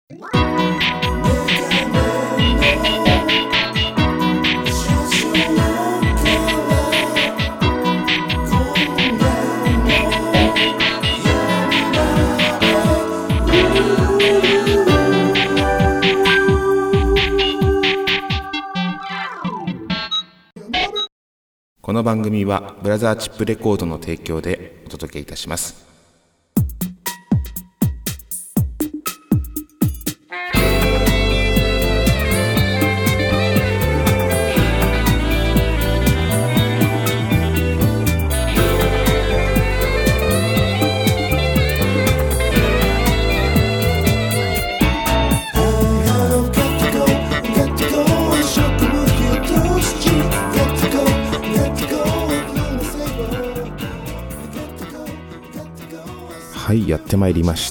この番組はブラザーチップレコードの提供でお届けいたします。はい、やってまいりました。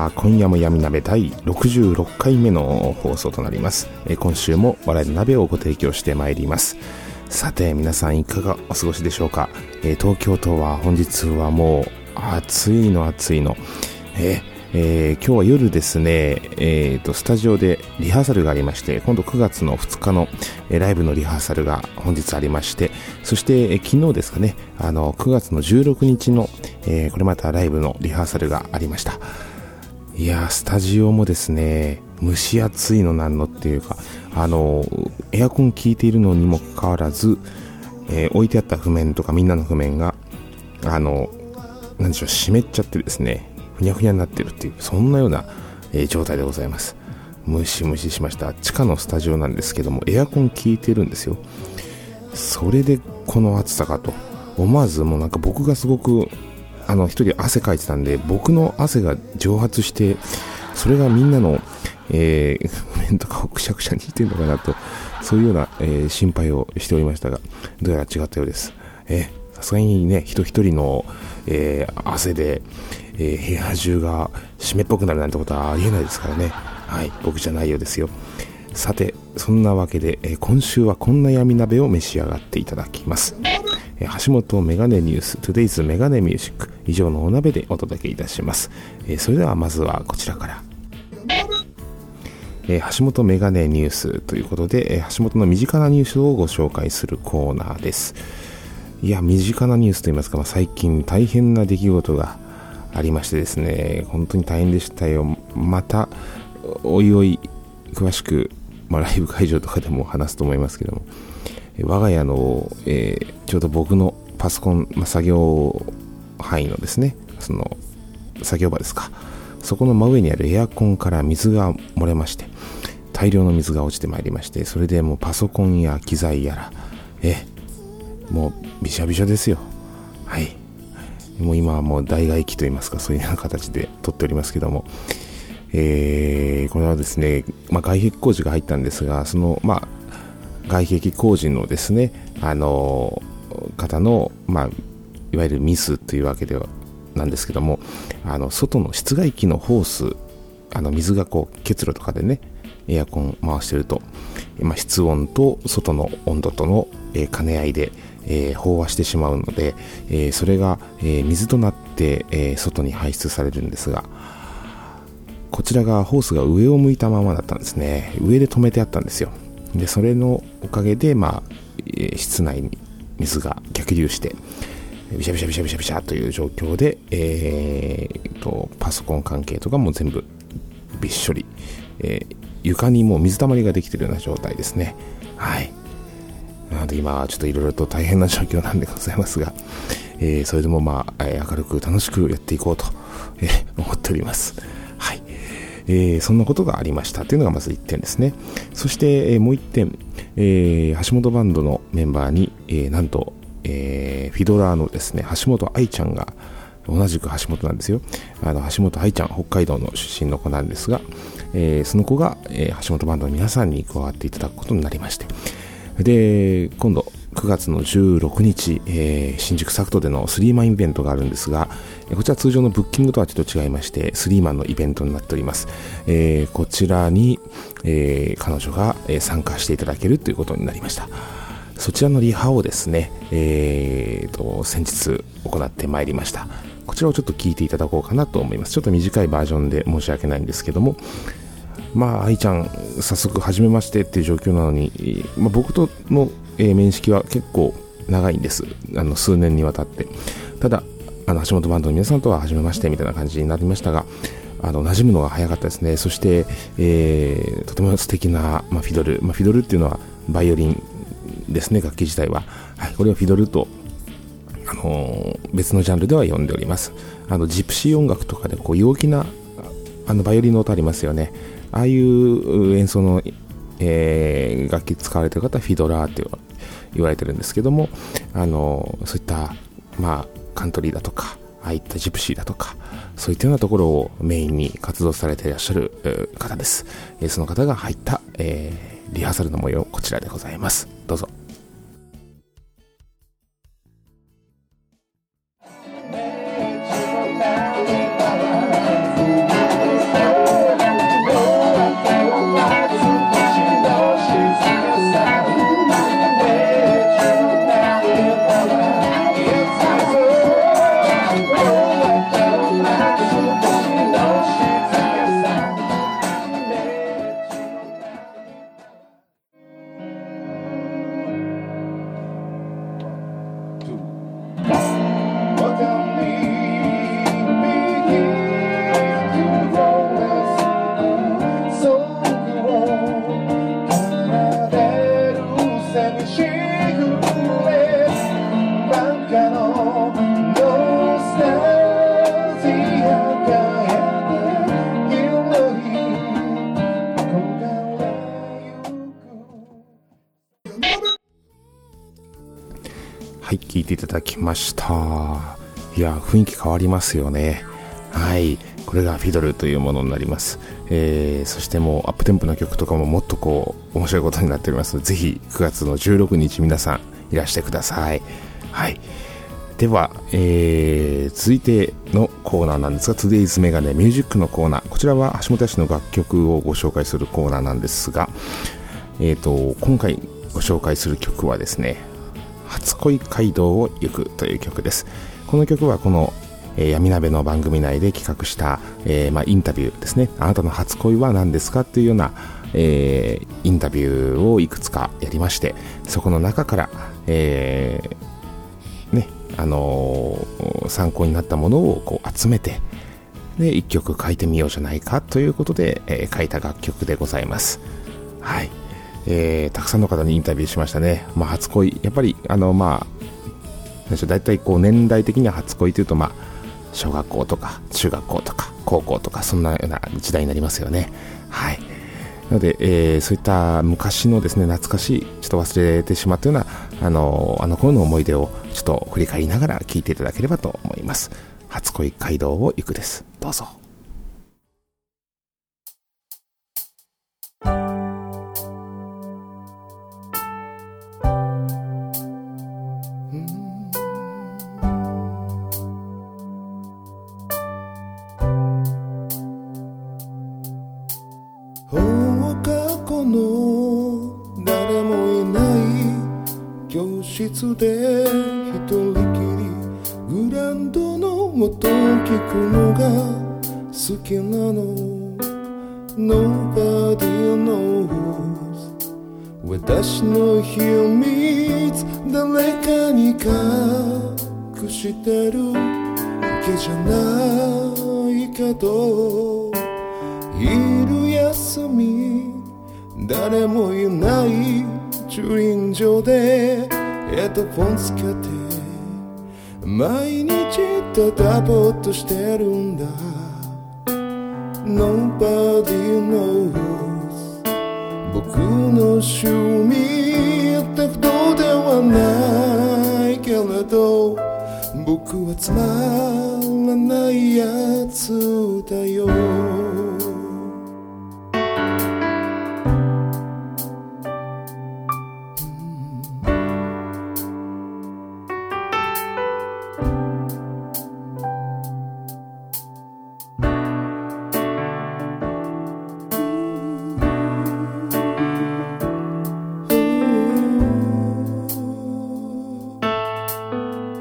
今夜も闇鍋第66回目の放送となります。今週も笑いの鍋をご提供してまいります。さて皆さんいかがお過ごしでしょうか。東京都は本日はもう暑いの。今日は夜ですね、スタジオでリハーサルがありまして、今度9月の2日の、ライブのリハーサルが本日ありまして、そして、昨日ですかね、9月の16日の、これまたライブのリハーサルがありました。いやー、スタジオもですね、蒸し暑いのなんのっていうか、エアコン効いているのにもかかわらず、置いてあった譜面とかみんなの譜面が、なんでしょう、湿っちゃってですね、ふにゃふにゃになってるっていう、そんなような、状態でございます。ムシムシしました。地下のスタジオなんですけども、エアコン効いてるんですよ。それでこの暑さかと思わず、もうなんか僕がすごく一人汗かいてたんで、僕の汗が蒸発して、それがみんなの譜面とかをくしゃくしゃにしてるのかなと、そういうような、心配をしておりましたが、どうやら違ったようです。さすがにね、人一人の、汗で、部屋中が湿っぽくなるなんてことはありえないですからね。はい、僕じゃないようですよ。さて、そんなわけで、今週はこんな闇鍋を召し上がっていただきます。橋本メガネニュース Today's メガネミュージック、以上のお鍋でお届けいたします。それではまずはこちらから、橋本メガネニュースということで、橋本の身近なニュースをご紹介するコーナーです。いや、身近なニュースといいますか、最近大変な出来事がありましてですね、本当に大変でしたよ。またおいおい詳しく、ライブ会場とかでも話すと思いますけども、我が家の、ちょうど僕のパソコン、作業範囲のですね、その作業場ですか、そこの真上にあるエアコンから水が漏れまして、大量の水が落ちてまいりまして、それでもうパソコンや機材やら、もうびしゃびしゃですよ。はい、もう今はもう代替機といいますか、そういうような形で撮っておりますけども、これはですね、外壁工事が入ったんですが、その外壁工事のですね、方のいわゆるミスというわけではなんですけども、外の室外機のホース、水がこう結露とかでね、エアコン回してると、室温と外の温度との、兼ね合いで、飽和してしまうので、それが、水となって、外に排出されるんですが、こちらがホースが上を向いたままだったんですね。上で止めてあったんですよ。でそれのおかげで、室内に水が逆流してビシャビシャビシャビシャビシャという状況で、パソコン関係とかも全部びっしょり、床にもう水たまりができているような状態ですね。はい。なので今はちょっといろいろと大変な状況なんでございますが、それでも明るく楽しくやっていこうと、思っております。はい。そんなことがありましたというのがまず1点ですね。そして、もう1点、橋本バンドのメンバーに、なんと、フィドラーのですね、橋本愛ちゃんが、同じく橋本なんですよ。橋本愛ちゃん、北海道の出身の子なんですが、その子が、橋本バンドの皆さんに加わっていただくことになりまして、で今度9月の16日、新宿サクトでのスリーマンイベントがあるんですが、こちら通常のブッキングとはちょっと違いまして、スリーマンのイベントになっております。こちらに、彼女が参加していただけるということになりました。そちらのリハをですね、先日行ってまいりました。こちらをちょっと聞いていただこうかなと思います。ちょっと短いバージョンで申し訳ないんですけども、 愛ちゃん早速初めましてっていう状況なのに、僕との、面識は結構長いんです。数年にわたって。ただ橋本バンドの皆さんとは初めましてみたいな感じになりましたが、馴染むのが早かったですね。そして、とても素敵な、フィドル、フィドルっていうのはバイオリンですね、楽器自体は。はい、これはフィドルと、別のジャンルでは呼んでおります。ジプシー音楽とかでこう陽気なバイオリンの音ありますよね。ああいう演奏の、楽器使われている方はフィドラーって言われてるんですけども、そういったカントリーだとか、ああいったジプシーだとか、そういったようなところをメインに活動されていらっしゃる方です。その方が入った、リハーサルの模様、こちらでございます。どうぞ。はい、聞いていただきました。いや、雰囲気変わりますよね。はい、これがフィドルというものになります。そしてもうアップテンポな曲とかももっとこう面白いことになっております。ぜひ9月の16日皆さんいらしてください。はい。では、続いてのコーナーなんですが、Today's メガネミュージックのコーナー。こちらは橋本氏の楽曲をご紹介するコーナーなんですが、今回ご紹介する曲はですね、初恋街道を行くという曲です。この曲はこの、闇鍋の番組内で企画した、インタビューですね。あなたの初恋は何ですかというような、インタビューをいくつかやりまして、そこの中から、参考になったものをこう集めて、で一曲書いてみようじゃないかということで、書いた楽曲でございます。はい。たくさんの方にインタビューしましたね。初恋、やっぱりだいたいこう年代的には初恋というと小学校とか中学校とか高校とかそんなような時代になりますよね。はい。なので、そういった昔のですね、懐かしい、ちょっと忘れてしまったようなあの頃の思い出をちょっと振り返りながら聴いていただければと思います。初恋街道を行くです。どうぞ。 放課後の誰もいない教室で一人きりグランドの音を聞くのが好きなの。 Nobody knows 私の秘密誰かに隠してるわけじゃないけど、昼休み誰もいない駐輪場でヘッドフォンつけて毎日ただぼーっとしてるんだ。 Nobody knows 僕の趣味ってほどではないけれど、僕はつまらないやつだよ。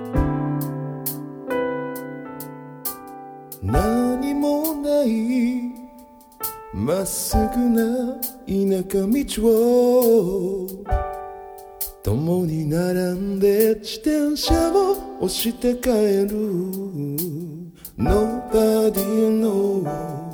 何もないまっすぐな田舎道を共に並んで自転車を押して帰る Nobody knows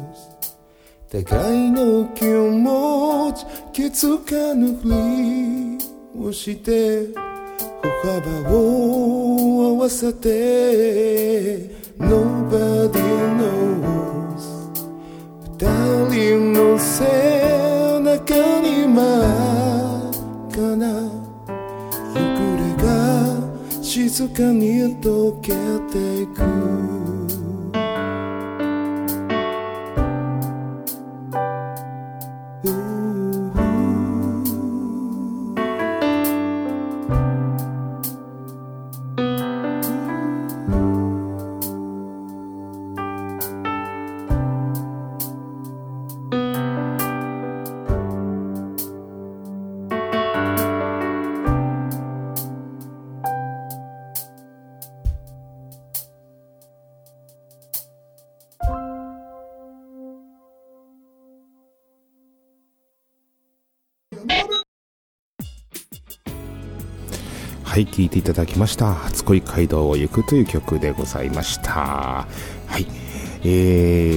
互いの気持ち気づかぬふりをして歩幅を合わせて Nobody knows 二人の背中に真っ赤な夕暮れが静かに溶けていくはい、聴いていただきました初恋街道を行くという曲でございました。はい、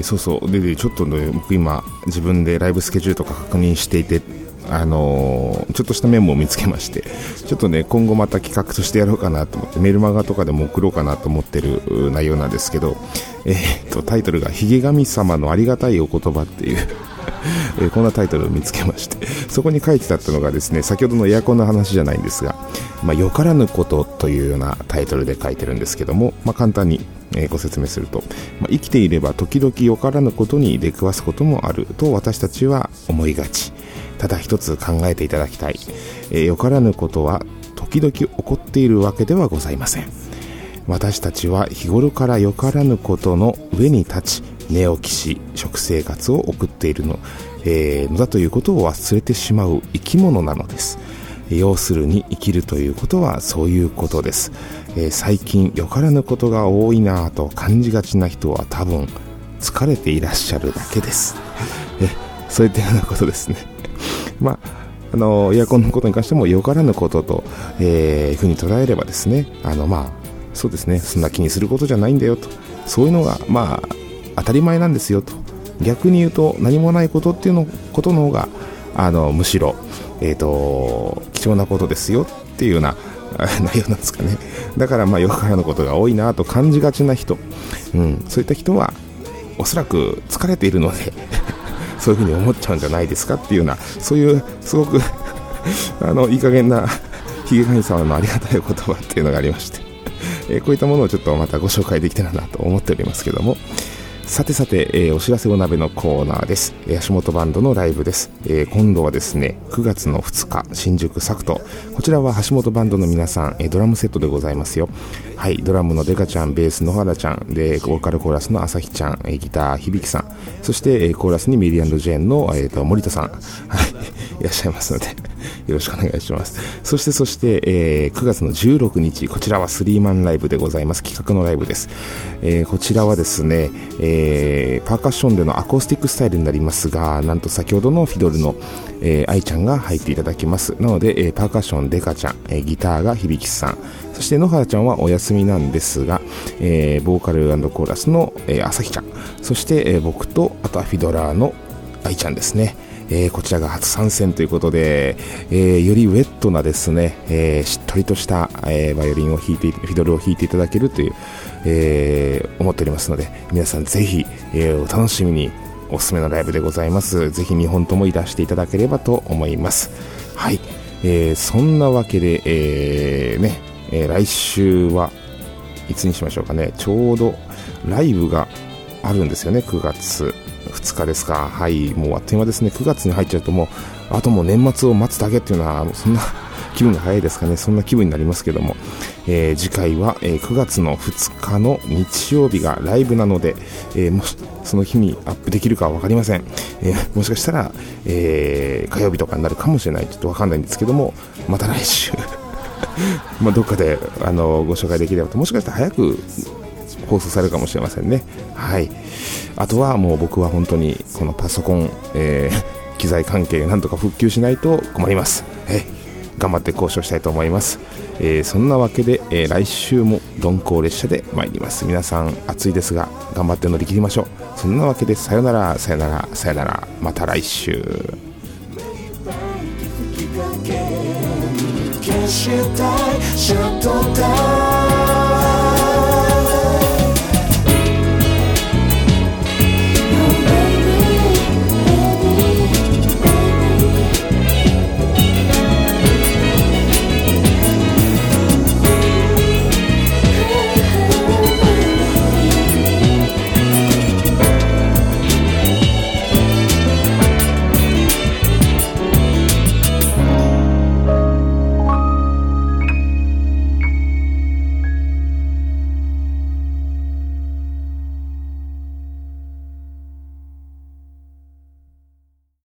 そうそうでちょっとね、僕今自分でライブスケジュールとか確認していてちょっとしたメモを見つけまして、ちょっとね今後また企画としてやろうかなと思ってメルマガとかでも送ろうかなと思ってる内容なんですけど、タイトルがひげ神様のありがたいお言葉っていうこんなタイトルを見つけまして、そこに書いてあったのがですね、先ほどのエアコンの話じゃないんですが、よからぬことというようなタイトルで書いてるんですけども、簡単にご説明すると、生きていれば時々よからぬことに出くわすこともあると私たちは思いがち。ただ一つ考えていただきたい、よからぬことは時々起こっているわけではございません。私たちは日頃からよからぬことの上に立ち寝起きし食生活を送っているのだということを忘れてしまう生き物なのです。要するに生きるということはそういうことです。最近よからぬことが多いなぁと感じがちな人は多分疲れていらっしゃるだけです。そういったようなことですね。エアコンのことに関してもよからぬことと、いうふうに捉えればですね、そうですね、そんな気にすることじゃないんだよと、そういうのが当たり前なんですよと、逆に言うと何もないことっていうことの方がむしろ、貴重なことですよっていうような内容なんですかね。だからよからぬことが多いなと感じがちな人、そういった人はおそらく疲れているのでそういうふうに思っちゃうんじゃないですかっていうような、そういうすごくいい加減なひげ神様のありがたい言葉っていうのがありまして、こういったものをちょっとまたご紹介できたらなと思っておりますけども、さて、お知らせお鍋のコーナーです。足元バンドのライブです。今度はですね、9月の2日、新宿サクト。こちらは橋本バンドの皆さん、ドラムセットでございますよ。はい、ドラムのデカちゃん、ベースの原ちゃん、で、ボーカルコーラスの朝日ちゃん、ギター響さん、そして、コーラスにミリー&ジェーンの、森田さん、はい、いらっしゃいますので、よろしくお願いします。そして、9月の16日、こちらはスリーマンライブでございます。企画のライブです。こちらはですね、パーカッションでのアコースティックスタイルになりますが、なんと先ほどのフィドルの、愛ちゃんが入っていただきます。なので、パーカッションデカちゃん、ギターが響さん、そして野原ちゃんはお休みなんですが、ボーカル&コーラスの、朝日ちゃん、そして、僕とあとはフィドラーの愛ちゃんですね。こちらが初参戦ということで、よりウェットなですね、しっとりとした、バイオリンを弾いてフィドルを弾いていただけるという、思っておりますので、皆さんぜひ、お楽しみに。おすすめのライブでございます。ぜひ2本ともいらしていただければと思います。はい、そんなわけで、来週はいつにしましょうかね。ちょうどライブがあるんですよね。9月2日ですか。はい、もうあっという間ですね。9月に入っちゃうとあともう年末を待つだけっていうのはそんな気分が早いですかね。そんな気分になりますけども、次回は、9月の2日の日曜日がライブなので、もしその日にアップできるかは分かりません。もしかしたら、火曜日とかになるかもしれない。ちょっと分かんないんですけども、また来週どっかでご紹介できればと。もしかしたら早く放送されるかもしれませんね。はい。あとはもう僕は本当にこのパソコン、機材関係なんとか復旧しないと困ります。頑張って交渉したいと思います。そんなわけで、来週も鈍行列車で参ります。皆さん暑いですが頑張って乗り切りましょう。そんなわけでさよならさよならさよなら、また来週。 消したいシャットダウン